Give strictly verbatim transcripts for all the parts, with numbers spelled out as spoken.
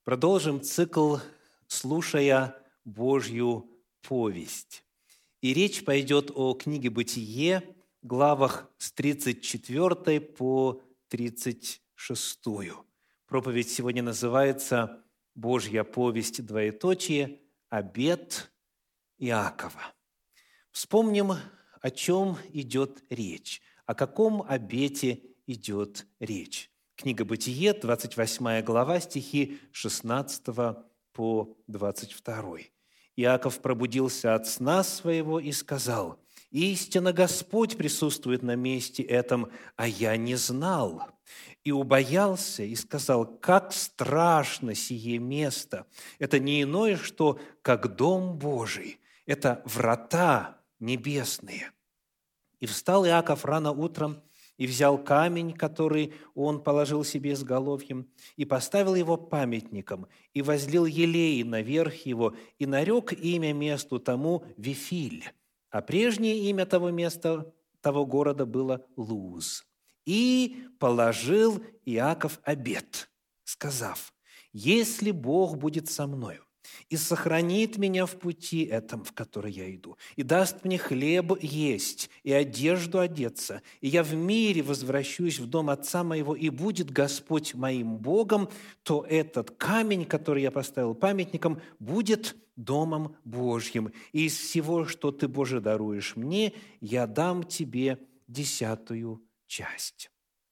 Продолжим цикл «Слушая Божью повесть». И речь пойдет о книге «Бытие», главах с тридцать четвёртой по тридцать шестую. Проповедь сегодня называется «Божья повесть, двоеточие, обет Иакова». Вспомним, о чем идет речь, о каком обете идет речь. Книга «Бытие», двадцать восьмая глава, стихи шестнадцатого по двадцать второй. «Иаков пробудился от сна своего и сказал: „Истинно Господь присутствует на месте этом, а я не знал. И убоялся, и сказал: как страшно сие место! Это не иное, что как дом Божий, это врата небесные. И встал Иаков рано утром, и взял камень, который он положил себе изголовьем, и поставил его памятником, и возлил елей наверх его, и нарек имя месту тому Вифиль, а прежнее имя того места, того города было Луз. И положил Иаков обет, сказав: если Бог будет со мною, и сохранит меня в пути этом, в который я иду, и даст мне хлеб есть, и одежду одеться, и я в мире возвращусь в дом отца моего, и будет Господь моим Богом, то этот камень, который я поставил памятником, будет домом Божьим. И из всего, что ты, Боже, даруешь мне, я дам тебе десятую часть».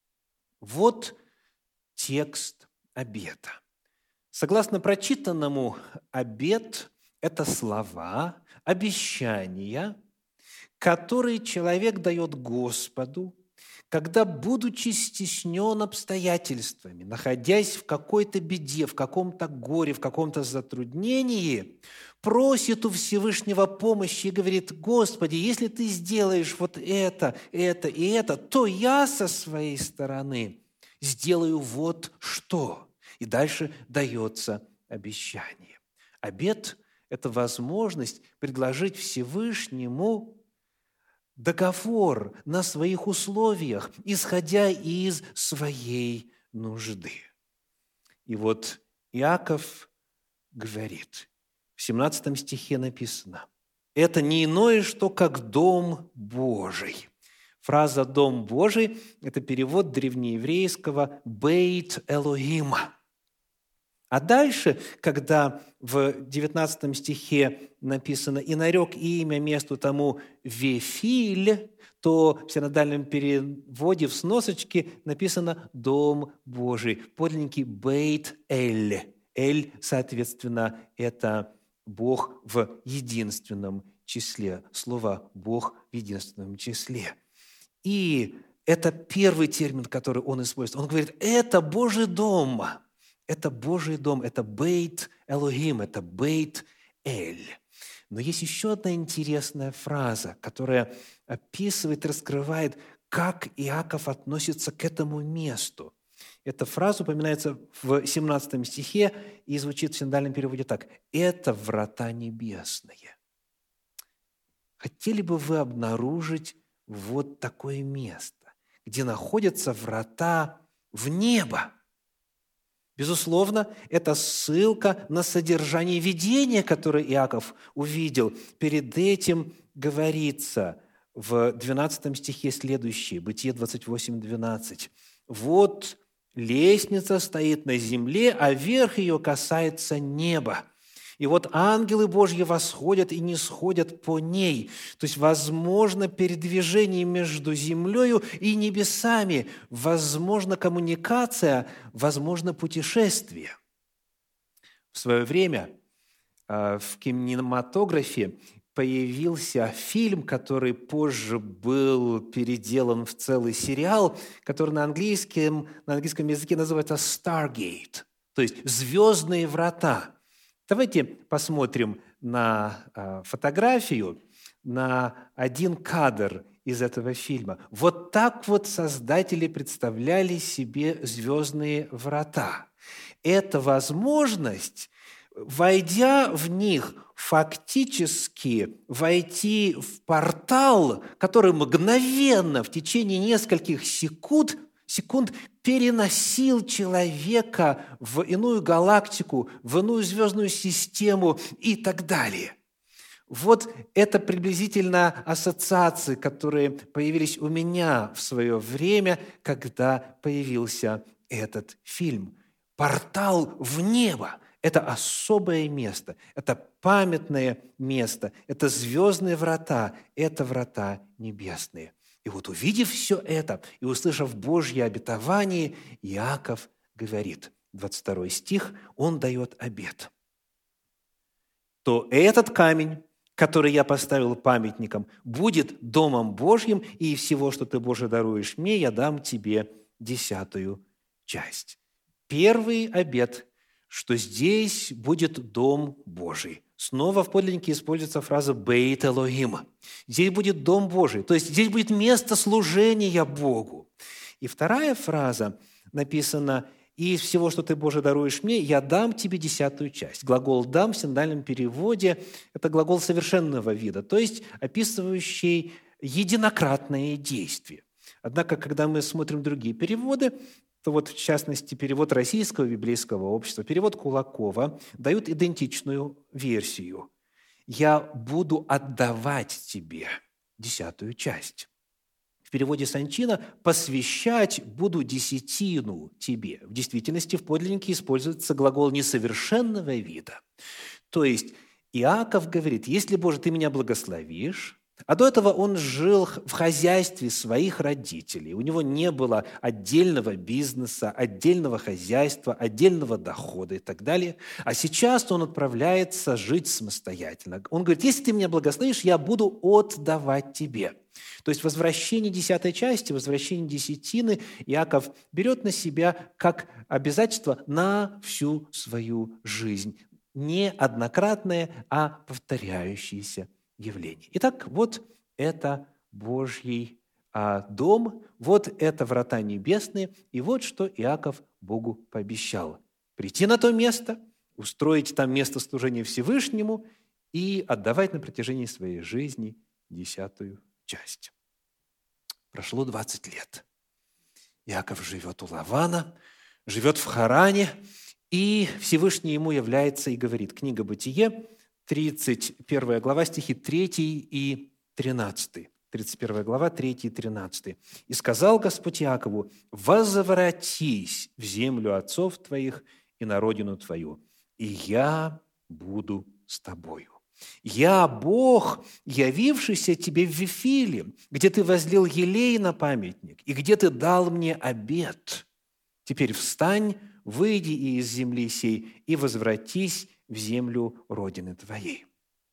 Вот текст обета. Согласно прочитанному, обет – это слова, обещания, которые человек дает Господу, когда, будучи стеснен обстоятельствами, находясь в какой-то беде, в каком-то горе, в каком-то затруднении, просит у Всевышнего помощи и говорит: «Господи, если Ты сделаешь вот это, это и это, то я со своей стороны сделаю вот что». И дальше дается обещание. Обет – это возможность предложить Всевышнему договор на своих условиях, исходя из своей нужды. И вот Иаков говорит, в семнадцатом стихе написано: «Это не иное, что как дом Божий». Фраза «дом Божий» – это перевод древнееврейского «бейт Элохима». А дальше, когда в девятнадцатом стихе написано «и нарек имя месту тому Вифиль», то в синодальном переводе в сносочке написано «дом Божий», подлинненький «бейт Эль». Эль, соответственно, это Бог в единственном числе. Слово «Бог» в единственном числе. И это первый термин, который он использует. Он говорит: это Божий дом. Это Божий дом, это Бейт Элохим, это Бейт Эль. Но есть еще одна интересная фраза, которая описывает, раскрывает, как Иаков относится к этому месту. Эта фраза упоминается в семнадцатом стихе и звучит в синодальном переводе так: «Это врата небесные». Хотели бы вы обнаружить вот такое место, где находятся врата в небо? Безусловно, это ссылка на содержание видения, которое Иаков увидел. Перед этим говорится в двенадцатом стихе следующее, Бытие двадцать восемь двенадцать. «Вот лестница стоит на земле, а верх ее касается неба. И вот ангелы Божьи восходят и нисходят по ней». То есть, возможно передвижение между землею и небесами, возможно коммуникация, возможно путешествие. В свое время в кинематографе появился фильм, который позже был переделан в целый сериал, который на английском, на английском языке называется «Stargate», то есть «Звездные врата». Давайте посмотрим на э, фотографию, на один кадр из этого фильма. Вот так вот создатели представляли себе звездные врата. Это возможность, войдя в них, фактически войти в портал, который мгновенно, в течение нескольких секунд секунд переносил человека в иную галактику, в иную звездную систему и так далее. Вот это приблизительно ассоциации, которые появились у меня в свое время, когда появился этот фильм. Портал в небо – это особое место, это памятное место, это звездные врата, это врата небесные. И вот увидев все это и услышав Божье обетование, Иаков говорит, двадцать второй стих, он дает обет. «То этот камень, который я поставил памятником, будет домом Божьим, и всего, что ты, Боже, даруешь мне, я дам тебе десятую часть». Первый обет, что здесь будет дом Божий. Снова в подлиннике используется фраза «бейт Элохим». Здесь будет дом Божий, то есть здесь будет место служения Богу. И вторая фраза написана «И из всего, что ты, Боже, даруешь мне, я дам тебе десятую часть». Глагол «дам» в синодальном переводе – это глагол совершенного вида, то есть описывающий единократное действие. Однако, когда мы смотрим другие переводы, то вот, в частности, перевод Российского библейского общества, перевод Кулакова дают идентичную версию. «Я буду отдавать тебе десятую часть». В переводе Санчина «посвящать буду десятину тебе». В действительности в подлиннике используется глагол несовершенного вида. То есть Иаков говорит, если, Боже, ты меня благословишь, а до этого он жил в хозяйстве своих родителей. У него не было отдельного бизнеса, отдельного хозяйства, отдельного дохода и так далее. А сейчас он отправляется жить самостоятельно. Он говорит, если ты меня благословишь, я буду отдавать тебе. То есть возвращение десятой части, возвращение десятины Иаков берет на себя как обязательство на всю свою жизнь. Не однократное, а повторяющееся явление. Итак, вот это Божий а, дом, вот это врата небесные, и вот что Иаков Богу пообещал. Прийти на то место, устроить там место служения Всевышнему и отдавать на протяжении своей жизни десятую часть. Прошло двадцать лет. Иаков живет у Лавана, живет в Харане, и Всевышний ему является и говорит. Книга «Бытие», тридцать первая глава, стихи третий и тринадцатый. тридцать первая глава, третий и тринадцатый. «И сказал Господь Иакову, возвратись в землю отцов твоих и на родину твою, и я буду с тобою. Я Бог, явившийся тебе в Вифиле, где ты возлил елей на памятник, и где ты дал мне обет. Теперь встань, выйди из земли сей и возвратись в землю родины твоей».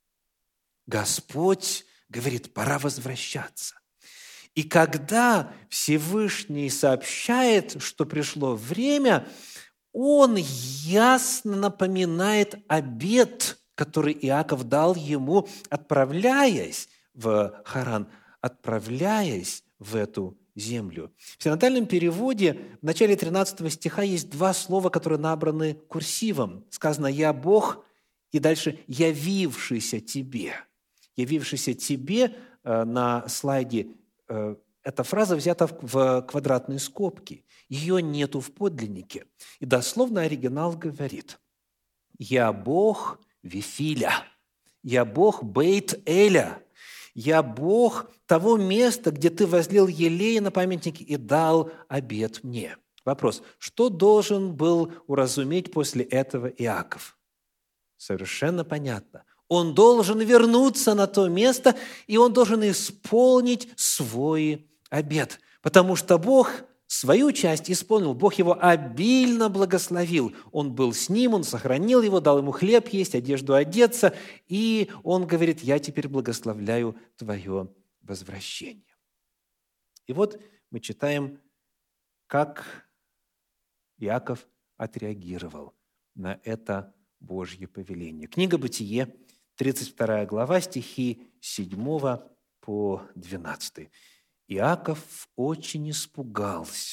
Господь говорит, пора возвращаться. И когда Всевышний сообщает, что пришло время, Он ясно напоминает обет, который Иаков дал ему, отправляясь в Харан, отправляясь в эту землю. В синодальном переводе в начале тринадцатого стиха есть два слова, которые набраны курсивом. Сказано «Я Бог», и дальше «явившийся тебе». «Явившийся тебе» на слайде, эта фраза взята в квадратные скобки. Ее нету в подлиннике. И дословно оригинал говорит «Я Бог Вифиля, я Бог Бейт-Эля, я Бог того места, где ты возлил елей на памятнике и дал обет мне». Вопрос, что должен был уразуметь после этого Иаков? Совершенно понятно. Он должен вернуться на то место, и он должен исполнить свой обет, потому что Бог свою часть исполнил, Бог его обильно благословил. Он был с ним, он сохранил его, дал ему хлеб есть, одежду одеться, и он говорит, я теперь благословляю твое возвращение. И вот мы читаем, как Иаков отреагировал на это Божье повеление. Книга «Бытие», тридцать вторая глава, стихи с седьмого по двенадцатый. «Иаков очень испугался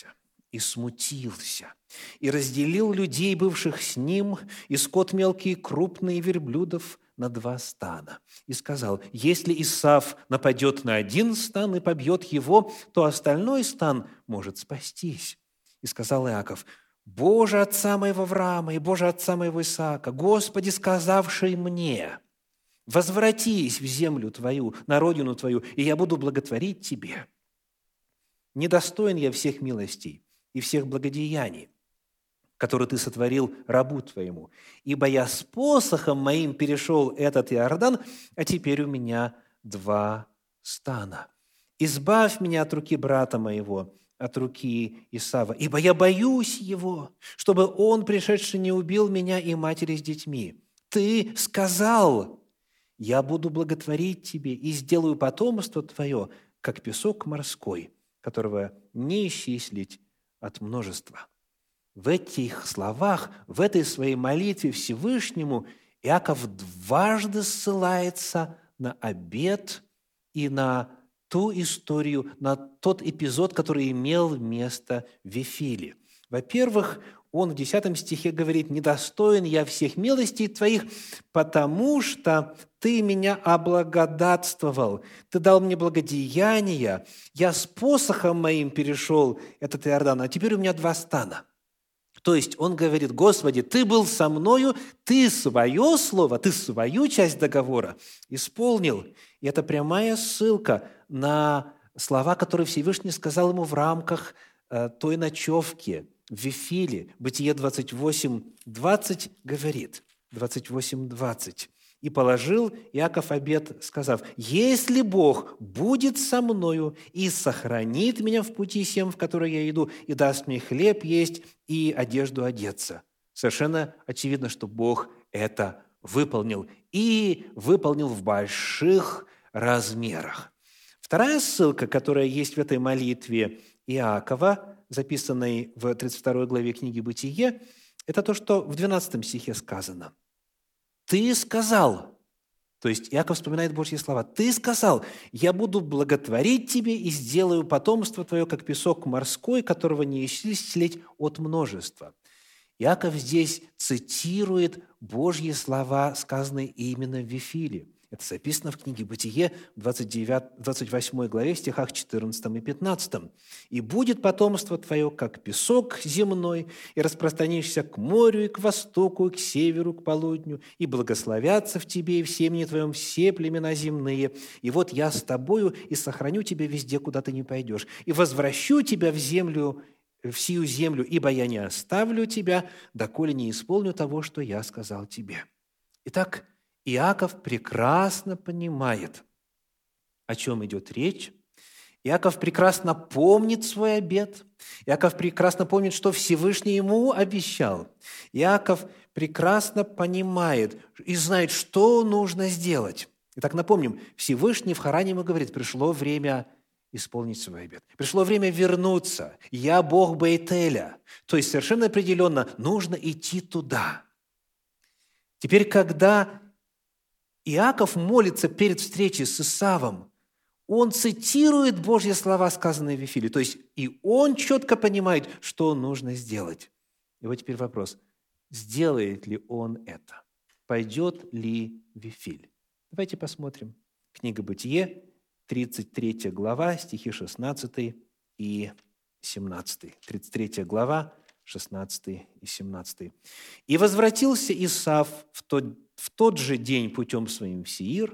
и смутился, и разделил людей, бывших с ним, и скот мелкий и крупный, и верблюдов на два стана. И сказал: если Исав нападет на один стан и побьет его, то остальной стан может спастись. И сказал Иаков: Боже отца моего Авраама и Боже отца моего Исаака, Господи, сказавший мне: возвратись в землю твою, на родину твою, и я буду благотворить тебе. Недостоин я всех милостей и всех благодеяний, которые ты сотворил рабу твоему, ибо я с посохом моим перешел этот Иордан, а теперь у меня два стана. Избавь меня от руки брата моего, от руки Исава, ибо я боюсь его, чтобы он, пришедший, не убил меня и матери с детьми. Ты сказал: я буду благотворить тебе и сделаю потомство твое, как песок морской, которого не исчислить от множества». В этих словах, в этой своей молитве Всевышнему Иаков дважды ссылается на обет и на ту историю, на тот эпизод, который имел место в Вифиле. Во-первых, он в десятом стихе говорит: «Недостоин я всех милостей твоих, потому что ты меня облагодатствовал, ты дал мне благодеяния, я с посохом моим перешел этот Иордан, а теперь у меня два стана». То есть он говорит: Господи, Ты был со мною, Ты свое слово, Ты свою часть договора исполнил. И это прямая ссылка на слова, которые Всевышний сказал ему в рамках э, той ночевки в Вифиле. Бытие двадцать восемь двадцать говорит, двадцать восемь двадцать. «И положил Иаков обет, сказав: если Бог будет со мною и сохранит меня в пути сем, в который я иду, и даст мне хлеб есть и одежду одеться». Совершенно очевидно, что Бог это выполнил. И выполнил в больших размерах. Вторая ссылка, которая есть в этой молитве Иакова, записанной в тридцать второй главе книги «Бытие», это то, что в двенадцатом стихе сказано. «Ты сказал», то есть Иаков вспоминает Божьи слова, «Ты сказал: я буду благотворить тебе и сделаю потомство твое, как песок морской, которого не исчислить от множества». Иаков здесь цитирует Божьи слова, сказанные именно в Вифиле. Это записано в книге «Бытие» в двадцать девятой, двадцать восьмой главе, в стихах четырнадцатом и пятнадцатом. «И будет потомство твое, как песок земной, и распространишься к морю, и к востоку, и к северу, к полудню, и благословятся в тебе и в семени твоем все племена земные. И вот я с тобою, и сохраню тебя везде, куда ты не пойдешь, и возвращу тебя в землю, в сию землю, ибо я не оставлю тебя, доколе не исполню того, что я сказал тебе». Итак, Иаков прекрасно понимает, о чем идет речь. Иаков прекрасно помнит свой обет. Иаков прекрасно помнит, что Всевышний ему обещал. Иаков прекрасно понимает и знает, что нужно сделать. Итак, напомним, Всевышний в Харане ему говорит: пришло время исполнить свой обет. Пришло время вернуться. Я Бог Бейтеля. То есть совершенно определенно нужно идти туда. Теперь, когда Иаков молится перед встречей с Исавом, он цитирует Божьи слова, сказанные в Вифиле. То есть и он четко понимает, что нужно сделать. И вот теперь вопрос: сделает ли он это? Пойдет ли в Вифиль? Давайте посмотрим. Книга «Бытие», тридцать третья глава, стихи шестнадцатый и семнадцатый. тридцать третья глава, шестнадцатый и семнадцатый. «И возвратился Исав в тот, в тот же день путем своим в Сеир,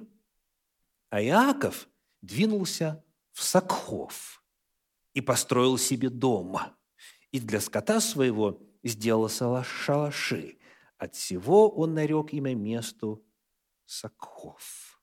а Иаков двинулся в Сакхов и построил себе дом, и для скота своего сделал шалаши. От всего он нарек имя месту Сакхов».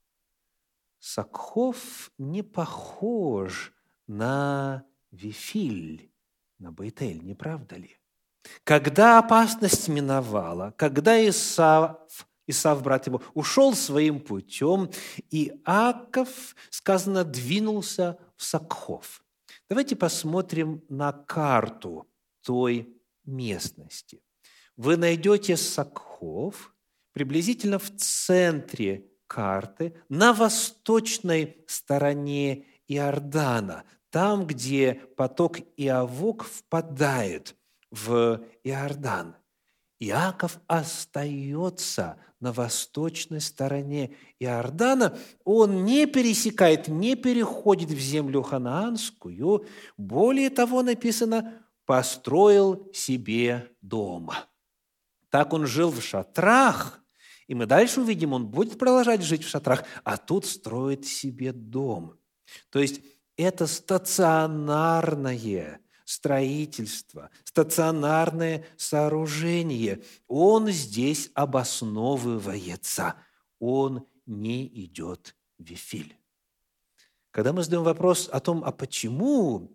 Сакхов не похож на Вифиль, на Бейтель, не правда ли? Когда опасность миновала, когда Исав, Исав, брат его, ушел своим путем, Иаков, сказано, двинулся в Сакхов. Давайте посмотрим на карту той местности. Вы найдете Сакхов приблизительно в центре карты, на восточной стороне Иордана, там, где поток Иавок впадает в Иордан. Иаков остается на восточной стороне Иордана. Он не пересекает, не переходит в землю ханаанскую. Более того, написано, построил себе дом. Так он жил в шатрах, и мы дальше увидим, он будет продолжать жить в шатрах, а тут строит себе дом. То есть это стационарное строительство, стационарное сооружение. Он здесь обосновывается, он не идет в Вифиль. Когда мы задаем вопрос о том, а почему,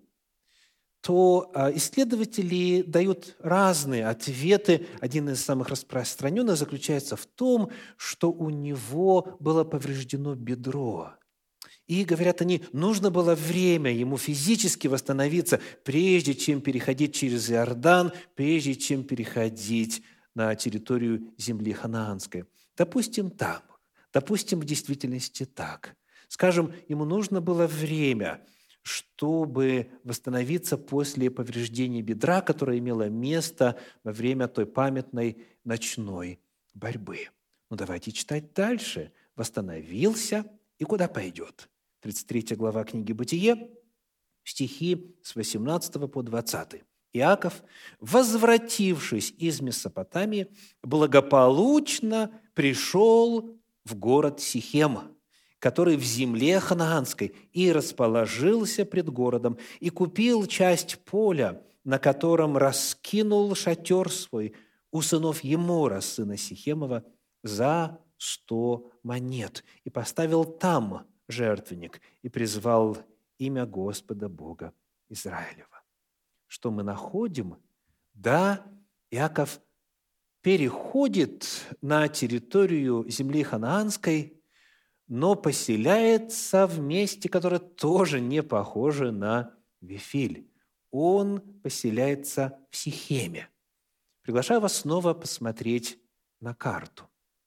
то исследователи дают разные ответы. Один из самых распространенных заключается в том, что у него было повреждено бедро. И, говорят они, нужно было время ему физически восстановиться, прежде чем переходить через Иордан, прежде чем переходить на территорию земли ханаанской. Допустим, так. Допустим, в действительности так. Скажем, ему нужно было время, чтобы восстановиться после повреждения бедра, которое имело место во время той памятной ночной борьбы. Ну, давайте читать дальше. «Восстановился, и куда пойдет?» тридцать третья глава книги «Бытие», стихи с восемнадцатого по двадцатый. «Иаков, возвратившись из Месопотамии, благополучно пришел в город Сихем, который в земле ханаанской, и расположился пред городом, и купил часть поля, на котором раскинул шатер свой у сынов Емора, сына Сихемова, за сто монет, и поставил там жертвенник, и призвал имя Господа Бога Израилева». Что мы находим? Да, Иаков переходит на территорию земли ханаанской, но поселяется в месте, которое тоже не похоже на Вифиль. Он поселяется в Сихеме. Приглашаю вас снова посмотреть на карту.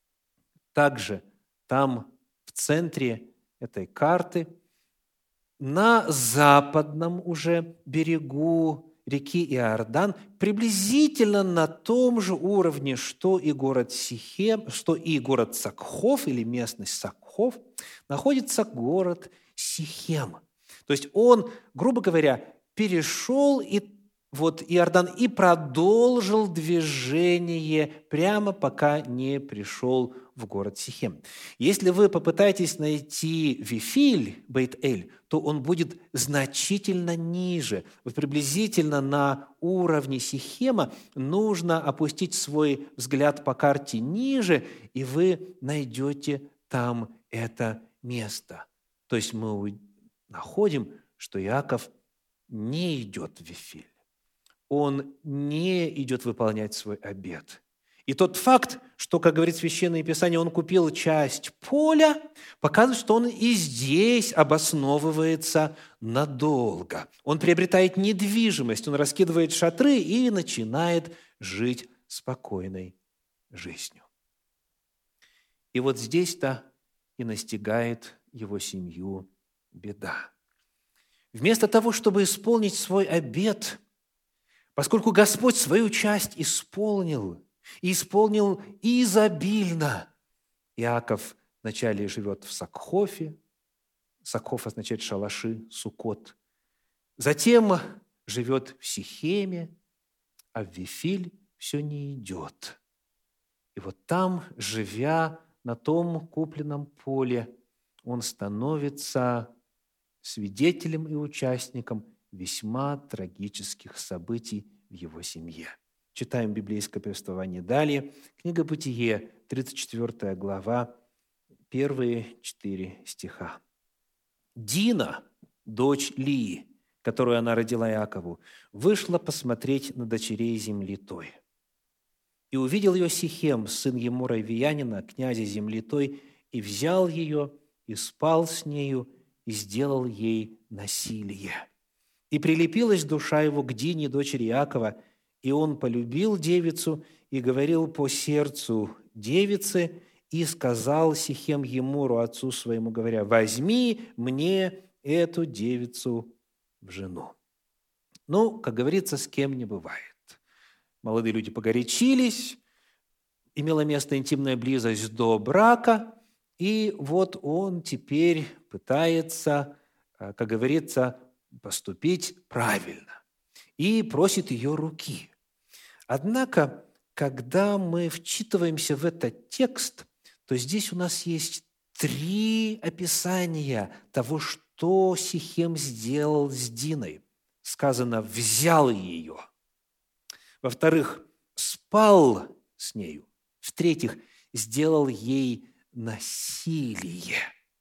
Также там, в центре этой карты, на западном уже берегу реки Иордан, приблизительно на том же уровне, что и город Сихем, что и город Сакхов, или местность Сакхов, находится город Сихем. То есть он, грубо говоря, перешел и вот Иордан и продолжил движение прямо пока не пришел в город Сихем. Если вы попытаетесь найти Вифиль, Бейт-Эль, то он будет значительно ниже. Вот приблизительно на уровне Сихема нужно опустить свой взгляд по карте ниже, и вы найдете там это место. То есть мы находим, что Иаков не идет в Вифиль. Он не идет выполнять свой обет. И тот факт, что, как говорит Священное Писание, он купил часть поля, показывает, что он и здесь обосновывается надолго. Он приобретает недвижимость, он раскидывает шатры и начинает жить спокойной жизнью. И вот здесь-то и настигает его семью беда. Вместо того, чтобы исполнить свой обет, поскольку Господь свою часть исполнил, и исполнил изобильно, Иаков вначале живет в Сакхофе, Сакхоф означает шалаши, суккот, затем живет в Сихеме, а в Вифиль все не идет. И вот там, живя на том купленном поле, он становится свидетелем и участником весьма трагических событий в его семье. Читаем библейское повествование далее. Книга «Бытие», тридцать четвёртая глава, первые четыре стиха. «Дина, дочь Лии, которую она родила Иакову, вышла посмотреть на дочерей земли той. И увидел ее Сихем, сын Емора Виянина, князя земли той, и взял ее, и спал с нею, и сделал ей насилие. И прилепилась душа его к Дине, дочери Иакова, и он полюбил девицу и говорил по сердцу девицы, и сказал Сихем Емору, отцу своему, говоря: возьми мне эту девицу в жену. Ну, как говорится, с кем не бывает. Молодые люди погорячились, имела место интимная близость до брака, и вот он теперь пытается, как говорится, поступить правильно и просит ее руки. Однако, когда мы вчитываемся в этот текст, то здесь у нас есть три описания того, что Сихем сделал с Диной. Сказано, взял ее. Во-вторых, спал с нею. В-третьих, сделал ей насилие.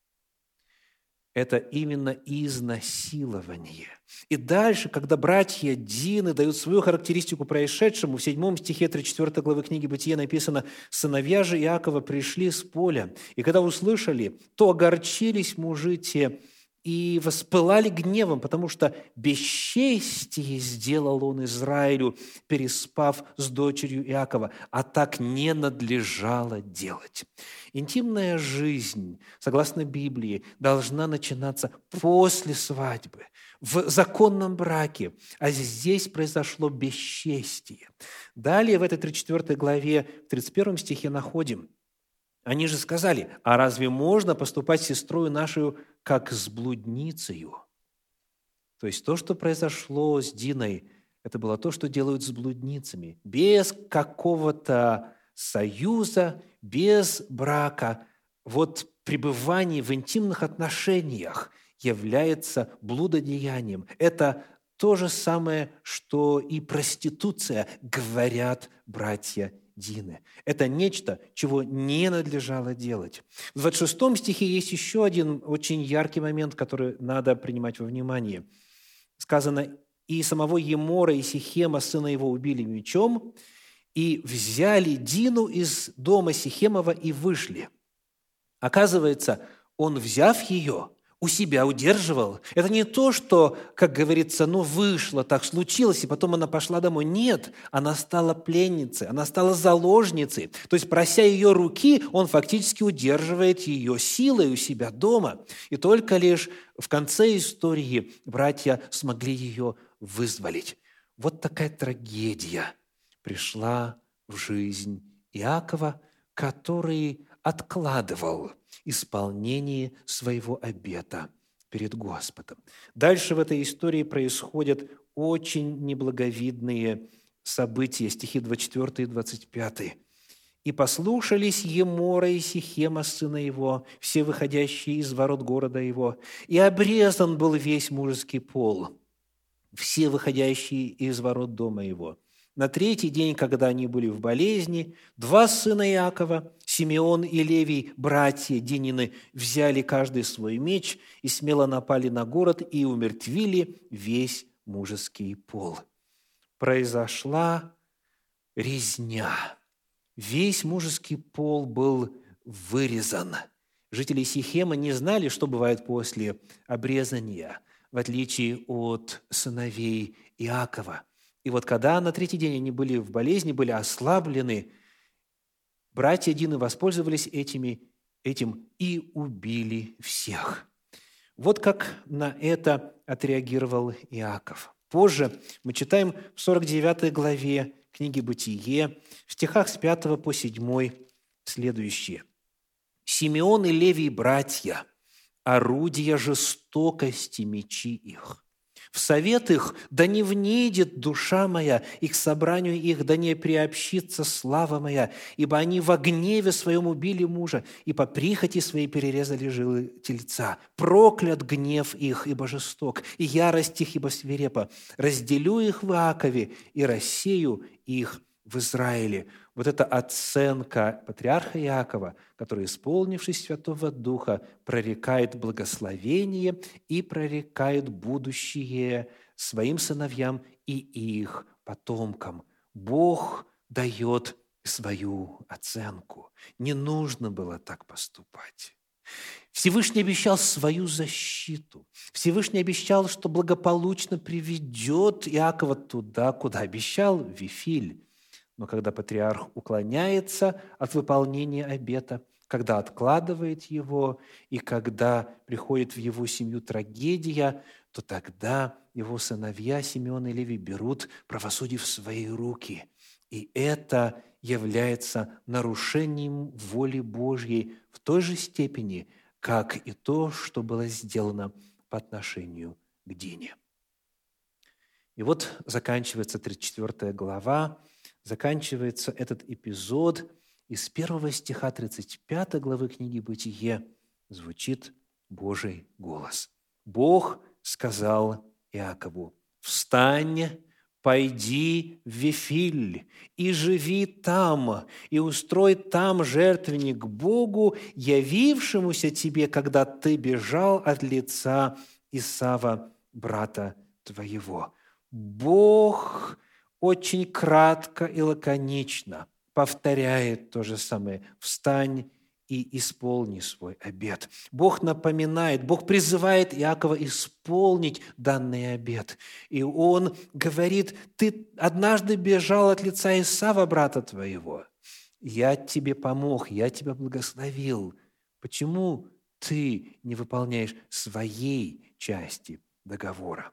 Это именно изнасилование. И дальше, когда братья Дины дают свою характеристику происшедшему, в седьмом стихе тридцать четвёртой главы книги Бытия написано: «Сыновья же Иакова пришли с поля, и когда услышали, то огорчились мужи те, и воспылали гневом, потому что бесчестие сделал он Израилю, переспав с дочерью Иакова, а так не надлежало делать». Интимная жизнь, согласно Библии, должна начинаться после свадьбы, в законном браке, а здесь произошло бесчестие. Далее в этой тридцать четвёртой главе, в тридцать первом стихе находим: «Они же сказали: а разве можно поступать с сестрою нашу, как с блудницею?» То есть то, что произошло с Диной, это было то, что делают с блудницами. Без какого-то союза, без брака. Вот пребывание в интимных отношениях является блудодеянием. Это то же самое, что и проституция, говорят братья Дины. Это нечто, чего не надлежало делать. В двадцать шестом стихе есть еще один очень яркий момент, который надо принимать во внимание. Сказано: «И самого Емора и Сихема, сына его, убили мечом, и взяли Дину из дома Сихемова и вышли». Оказывается, он, взяв ее, у себя удерживал. Это не то, что, как говорится, ну, вышло, так случилось, и потом она пошла домой. Нет, она стала пленницей, она стала заложницей. То есть, прося ее руки, он фактически удерживает ее силой у себя дома. И только лишь в конце истории братья смогли ее вызволить. Вот такая трагедия пришла в жизнь Иакова, который откладывал исполнение своего обета перед Господом. Дальше в этой истории происходят очень неблаговидные события, стихи двадцать четвёртый и двадцать пятый. «И послушались Емора и Сихема, сына его, все выходящие из ворот города его, и обрезан был весь мужеский пол, все выходящие из ворот дома его. На третий день, когда они были в болезни, два сына Иакова, Симеон и Левий, братья Динины, взяли каждый свой меч и смело напали на город и умертвили весь мужеский пол». Произошла резня. Весь мужеский пол был вырезан. Жители Сихема не знали, что бывает после обрезания, в отличие от сыновей Иакова. И вот когда на третий день они были в болезни, были ослаблены, братья Дины воспользовались этими, этим и убили всех. Вот как на это отреагировал Иаков. Позже мы читаем в сорок девятой главе книги «Бытие», в стихах с пятого по седьмой следующее. «Симеон и Левий, братья, орудия жестокости мечи их. В совет их да не внидит душа моя, и к собранию их да не приобщится слава моя, ибо они во гневе своем убили мужа, и по прихоти своей перерезали жилы тельца. Проклят гнев их, ибо жесток, и ярость их, ибо свирепа. Разделю их в Иакове и рассею их в Израиле». Вот эта оценка патриарха Иакова, который, исполнившись Святого Духа, прорекает благословение и прорекает будущее своим сыновьям и их потомкам. Бог дает свою оценку. Не нужно было так поступать. Всевышний обещал свою защиту. Всевышний обещал, что благополучно приведет Иакова туда, куда обещал, в Вифиль. Но когда патриарх уклоняется от выполнения обета, когда откладывает его, и когда приходит в его семью трагедия, то тогда его сыновья Симеон и Левий берут правосудие в свои руки. И это является нарушением воли Божьей в той же степени, как и то, что было сделано по отношению к Дине. И вот заканчивается тридцать четвёртая глава, заканчивается этот эпизод, и с первого стиха тридцать пятой главы книги «Бытие» звучит Божий голос. «Бог сказал Иакову: встань, пойди в Вифиль и живи там, и устрой там жертвенник Богу, явившемуся тебе, когда ты бежал от лица Исава, брата твоего». Бог очень кратко и лаконично повторяет то же самое: «Встань и исполни свой обет». Бог напоминает, Бог призывает Иакова исполнить данный обет. И Он говорит: ты однажды бежал от лица Исава, брата твоего. Я тебе помог, я тебя благословил. Почему ты не выполняешь своей части договора?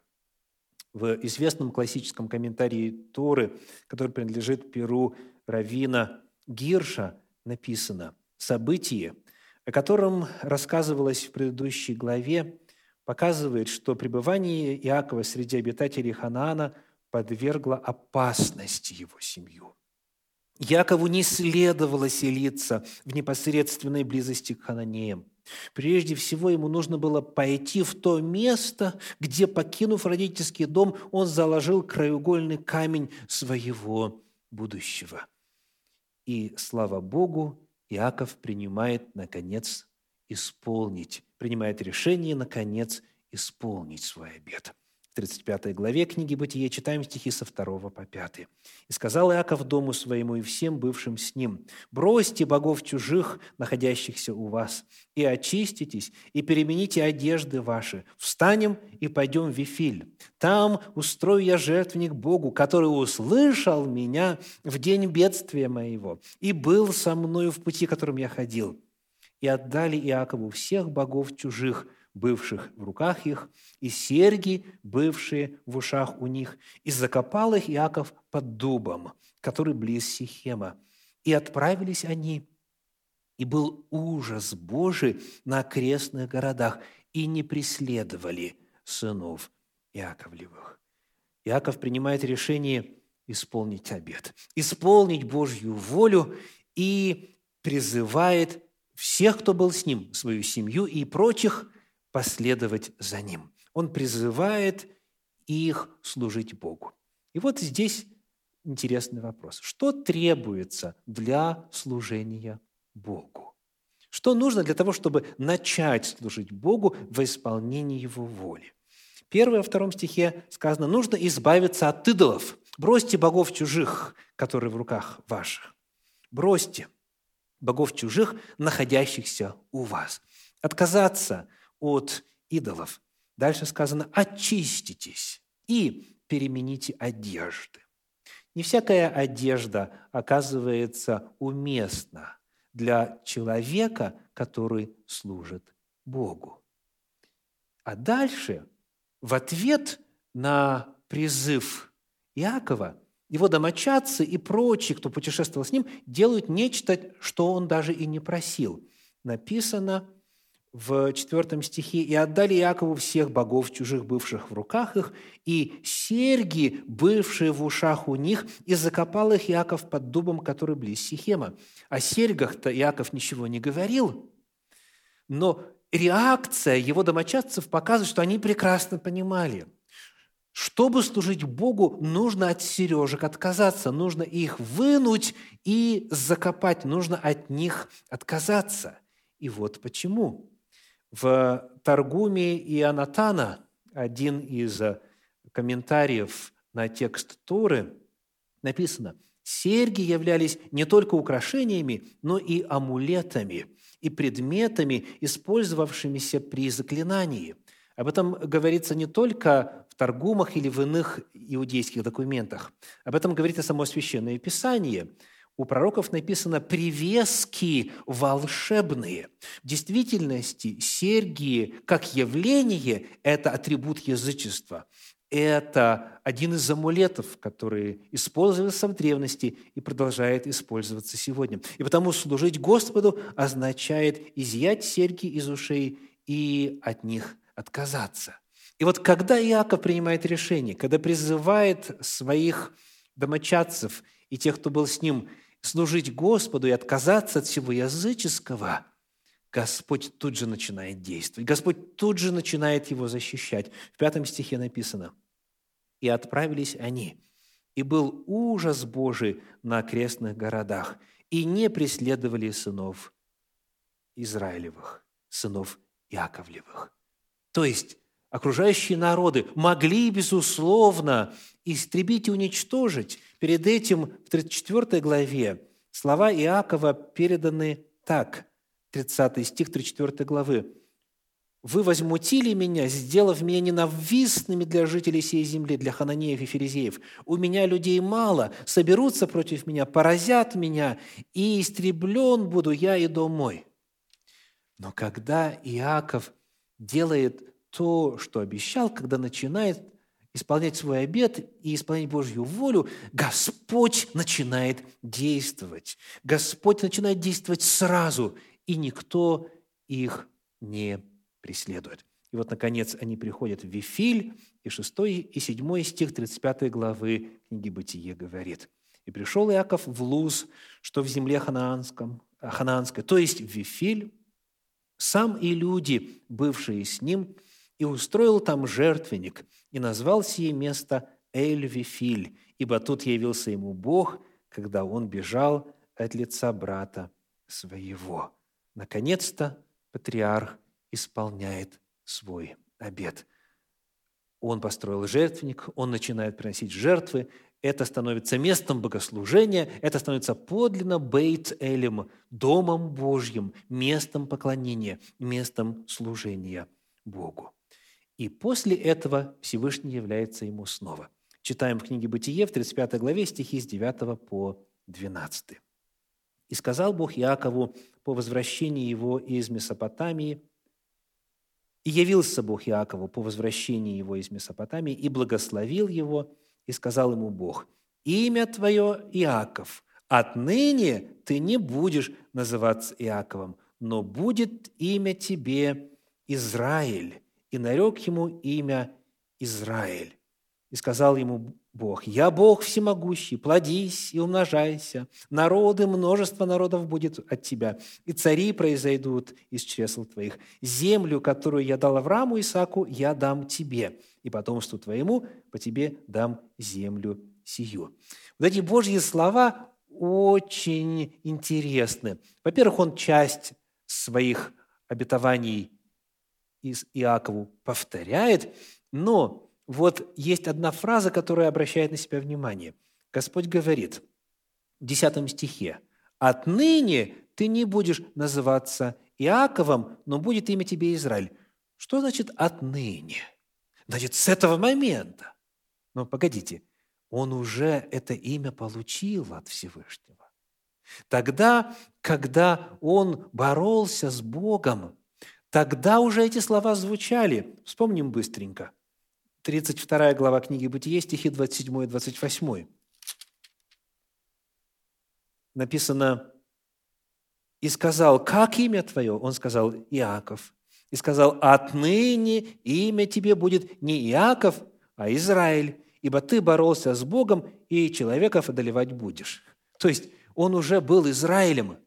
В известном классическом комментарии Торы, который принадлежит перу раввина Гирша, написано: событие, о котором рассказывалось в предыдущей главе, показывает, что пребывание Иакова среди обитателей Ханаана подвергло опасности его семью. Иакову не следовало селиться в непосредственной близости к хананеям. Прежде всего, ему нужно было пойти в то место, где, покинув родительский дом, он заложил краеугольный камень своего будущего. И, слава Богу, Иаков принимает, наконец, исполнить, принимает решение, наконец, исполнить свой обет. В тридцать пятой главе книги «Бытие» читаем стихи со второго по пятый. «И сказал Иаков дому своему и всем бывшим с ним: бросьте богов чужих, находящихся у вас, и очиститесь, и перемените одежды ваши. Встанем и пойдем в Вифиль. Там устрою я жертвенник Богу, который услышал меня в день бедствия моего и был со мною в пути, которым я ходил. И отдали Иакову всех богов чужих, бывших в руках их, и серьги, бывшие в ушах у них, и закопал их Иаков под дубом, который близ Сихема. И отправились они, и был ужас Божий на окрестных городах, и не преследовали сынов Иаковлевых». Иаков принимает решение исполнить обет, исполнить Божью волю и призывает всех, кто был с ним, свою семью и прочих, последовать за ним. Он призывает их служить Богу. И вот здесь интересный вопрос. Что требуется для служения Богу? Что нужно для того, чтобы начать служить Богу во исполнении Его воли? Первое, во втором стихе сказано: нужно избавиться от идолов. Бросьте богов чужих, которые в руках ваших. Бросьте богов чужих, находящихся у вас. Отказаться от идолов. Дальше сказано: очиститесь и перемените одежды. Не всякая одежда оказывается уместна для человека, который служит Богу. А дальше, в ответ на призыв Иакова, его домочадцы и прочие, кто путешествовал с ним, делают нечто, что он даже и не просил. Написано в четвертом стихе: «И отдали Иакову всех богов чужих, бывших в руках их, и серьги, бывшие в ушах у них, и закопал их Иаков под дубом, который близ Сихема». О серьгах-то Иаков ничего не говорил, но реакция его домочадцев показывает, что они прекрасно понимали: чтобы служить Богу, нужно от сережек отказаться, нужно их вынуть и закопать, нужно от них отказаться. И вот почему. В Таргуме Ионатана, один из комментариев на текст Торы, написано: серьги являлись не только украшениями, но и амулетами, и предметами, использовавшимися при заклинании. Об этом говорится не только в Таргумах или в иных иудейских документах. Об этом говорит и само Священное Писание. У пророков написано «привески волшебные». В действительности серьги, как явление, это атрибут язычества. Это один из амулетов, который использовался в древности и продолжает использоваться сегодня. И потому служить Господу означает изъять серьги из ушей и от них отказаться. И вот когда Иаков принимает решение, когда призывает своих домочадцев и тех, кто был с ним, служить Господу и отказаться от всего языческого, Господь тут же начинает действовать. Господь тут же начинает его защищать. В пятом стихе написано: «И отправились они, и был ужас Божий на окрестных городах, и не преследовали сынов Израилевых, сынов Иаковлевых». То есть окружающие народы могли, безусловно, истребить и уничтожить. Перед этим в тридцать четвёртой главе слова Иакова переданы так. тридцатый стих тридцать четвёртой главы. «Вы возмутили меня, сделав меня ненавистными для жителей сей земли, для хананеев и ферезеев. У меня людей мало, соберутся против меня, поразят меня, и истреблен буду я и дом мой». Но когда Иаков делает то, что обещал, когда начинает исполнять свой обет и исполнять Божью волю, Господь начинает действовать. Господь начинает действовать сразу, и никто их не преследует. И вот, наконец, они приходят в Вифиль, и шестой и седьмой стих тридцать пятой главы книги «Бытие» говорит: «И пришел Иаков в Луз, что в земле ханаанском, ханаанской, то есть в Вифиль, сам и люди, бывшие с ним, и устроил там жертвенник, и назвал сие место Эль-Вифиль, ибо тут явился ему Бог, когда он бежал от лица брата своего». Наконец-то патриарх исполняет свой обет. Он построил жертвенник, он начинает приносить жертвы, это становится местом богослужения, это становится подлинно Бейт-Элем, Домом Божьим, местом поклонения, местом служения Богу. И после этого Всевышний является ему снова. Читаем в книге «Бытие» в тридцать пятой главе стихи с девятого по двенадцатый. «И сказал Бог Иакову по возвращении его из Месопотамии, и явился Бог Иакову по возвращении его из Месопотамии, и благословил его, и сказал ему Бог: имя твое Иаков, отныне ты не будешь называться Иаковом, но будет имя тебе Израиль. И нарек ему имя Израиль. И сказал ему Бог: я Бог всемогущий, плодись и умножайся, народы, множество народов будет от тебя, и цари произойдут из чресл твоих. Землю, которую я дал Аврааму и Исааку, я дам тебе, и потомству твоему по тебе дам землю сию». Вот эти Божьи слова очень интересны. Во-первых, он часть своих обетований из Иакову повторяет, но вот есть одна фраза, которая обращает на себя внимание. Господь говорит в десятом стихе: «Отныне ты не будешь называться Иаковом, но будет имя тебе Израиль». Что значит «отныне»? Значит, с этого момента. Но погодите, он уже это имя получил от Всевышнего. Тогда, когда он боролся с Богом, тогда уже эти слова звучали. Вспомним быстренько. тридцать вторая глава книги «Бытие», стихи двадцать седьмой и двадцать восьмой. Написано: «И сказал: как имя твое?» Он сказал: Иаков. И сказал: отныне имя тебе будет не Иаков, а Израиль, ибо ты боролся с Богом, и человеков одолевать будешь». То есть он уже был Израилем,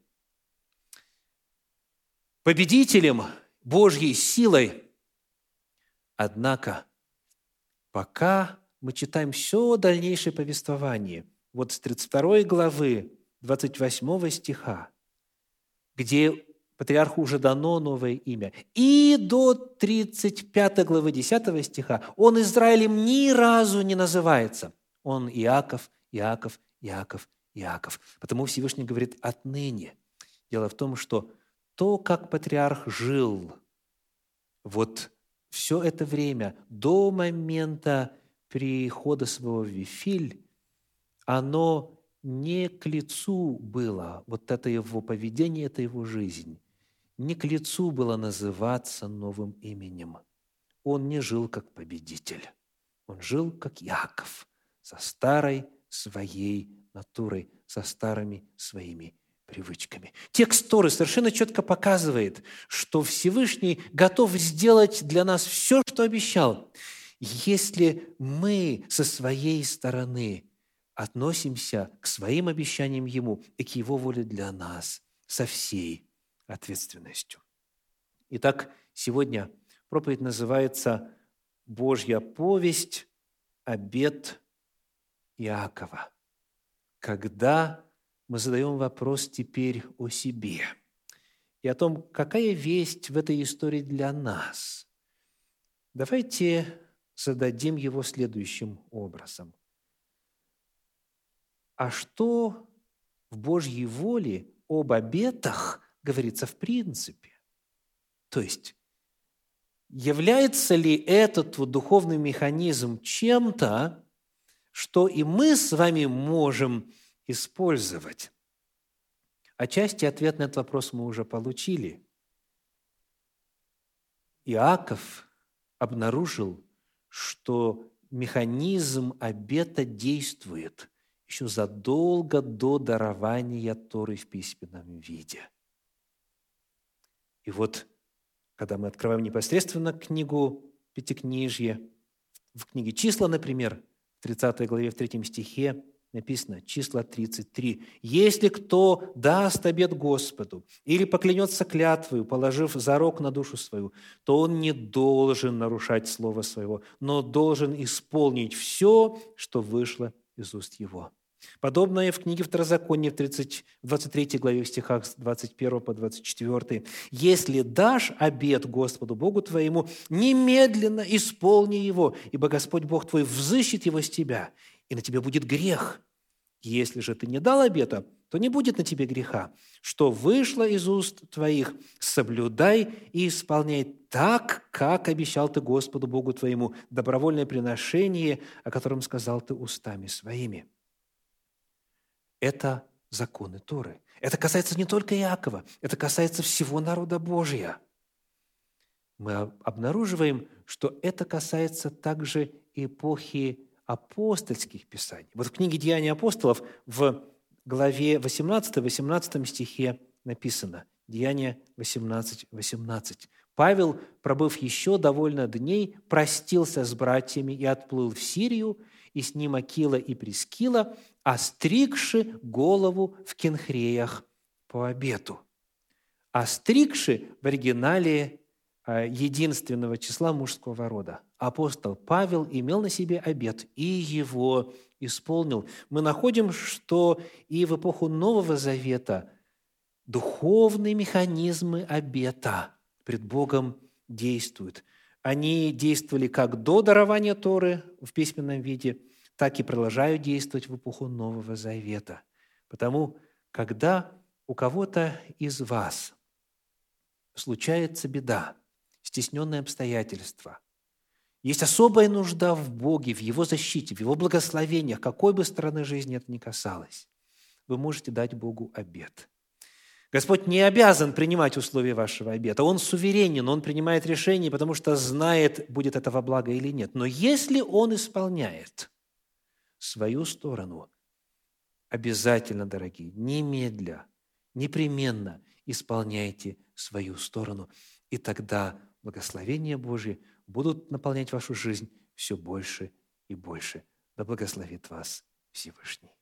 победителем, Божьей силой. Однако, пока мы читаем все дальнейшее повествование, вот с тридцать второй главы, двадцать восьмого стиха, где патриарху уже дано новое имя, и до тридцать пятой главы десятого стиха он Израилем ни разу не называется. Он Иаков, Иаков, Иаков, Иаков. Потому Всевышний говорит «отныне». Дело в том, что то, как патриарх жил вот все это время до момента прихода своего в Вифиль, оно не к лицу было, вот это его поведение, это его жизнь, не к лицу было называться новым именем. Он не жил как победитель. Он жил, как Иаков, со старой своей натурой, со старыми своими привычками. Текст Торы совершенно четко показывает, что Всевышний готов сделать для нас все, что обещал, если мы со своей стороны относимся к своим обещаниям Ему и к Его воле для нас со всей ответственностью. Итак, сегодня проповедь называется «Божья повесть. Обет Иакова». Когда мы задаем вопрос теперь о себе и о том, какая весть в этой истории для нас, давайте зададим его следующим образом. А что в Божьей воле об обетах говорится в принципе? То есть, является ли этот вот духовный механизм чем-то, что и мы с вами можем использовать? Отчасти ответ на этот вопрос мы уже получили. Иаков обнаружил, что механизм обета действует еще задолго до дарования Торы в письменном виде. И вот, когда мы открываем непосредственно книгу Пятикнижье, в книге «Числа», например, в тридцатой главе, в третьем стихе написано, числа тридцать три. «Если кто даст обет Господу или поклянется клятвою, положив зарок на душу свою, то он не должен нарушать слово своего, но должен исполнить все, что вышло из уст его». Подобное в книге Второзакония в двадцать третьей главе, в стихах с двадцать первого по двадцать четвёртый. «Если дашь обет Господу Богу твоему, немедленно исполни его, ибо Господь Бог твой взыщет его с тебя, и на тебе будет грех. Если же ты не дал обета, то не будет на тебе греха. Что вышло из уст твоих, соблюдай и исполняй так, как обещал ты Господу Богу твоему, добровольное приношение, о котором сказал ты устами своими». Это законы Торы. Это касается не только Иакова, это касается всего народа Божия. Мы обнаруживаем, что это касается также эпохи апостольских писаний. Вот в книге «Деяния апостолов» в главе восемнадцатой, восемнадцатом стихе написано, Деяния восемнадцать, восемнадцать. «Павел, пробыв еще довольно дней, простился с братьями и отплыл в Сирию, и с ним Акила и Прискила, остригши голову в Кенхреях по обету». Остригши в оригинале единственного числа мужского рода. Апостол Павел имел на себе обет и его исполнил. Мы находим, что и в эпоху Нового Завета духовные механизмы обета пред Богом действуют. Они действовали как до дарования Торы в письменном виде, так и продолжают действовать в эпоху Нового Завета. Потому, когда у кого-то из вас случается беда, стесненные обстоятельства, есть особая нужда в Боге, в Его защите, в Его благословениях, какой бы стороны жизни это ни касалось, вы можете дать Богу обет. Господь не обязан принимать условия вашего обета. Он суверенен, Он принимает решение, потому что знает, будет это во благо или нет. Но если Он исполняет свою сторону, обязательно, дорогие, немедля, непременно исполняйте свою сторону. И тогда благословения Божьи будут наполнять вашу жизнь все больше и больше. Да благословит вас Всевышний.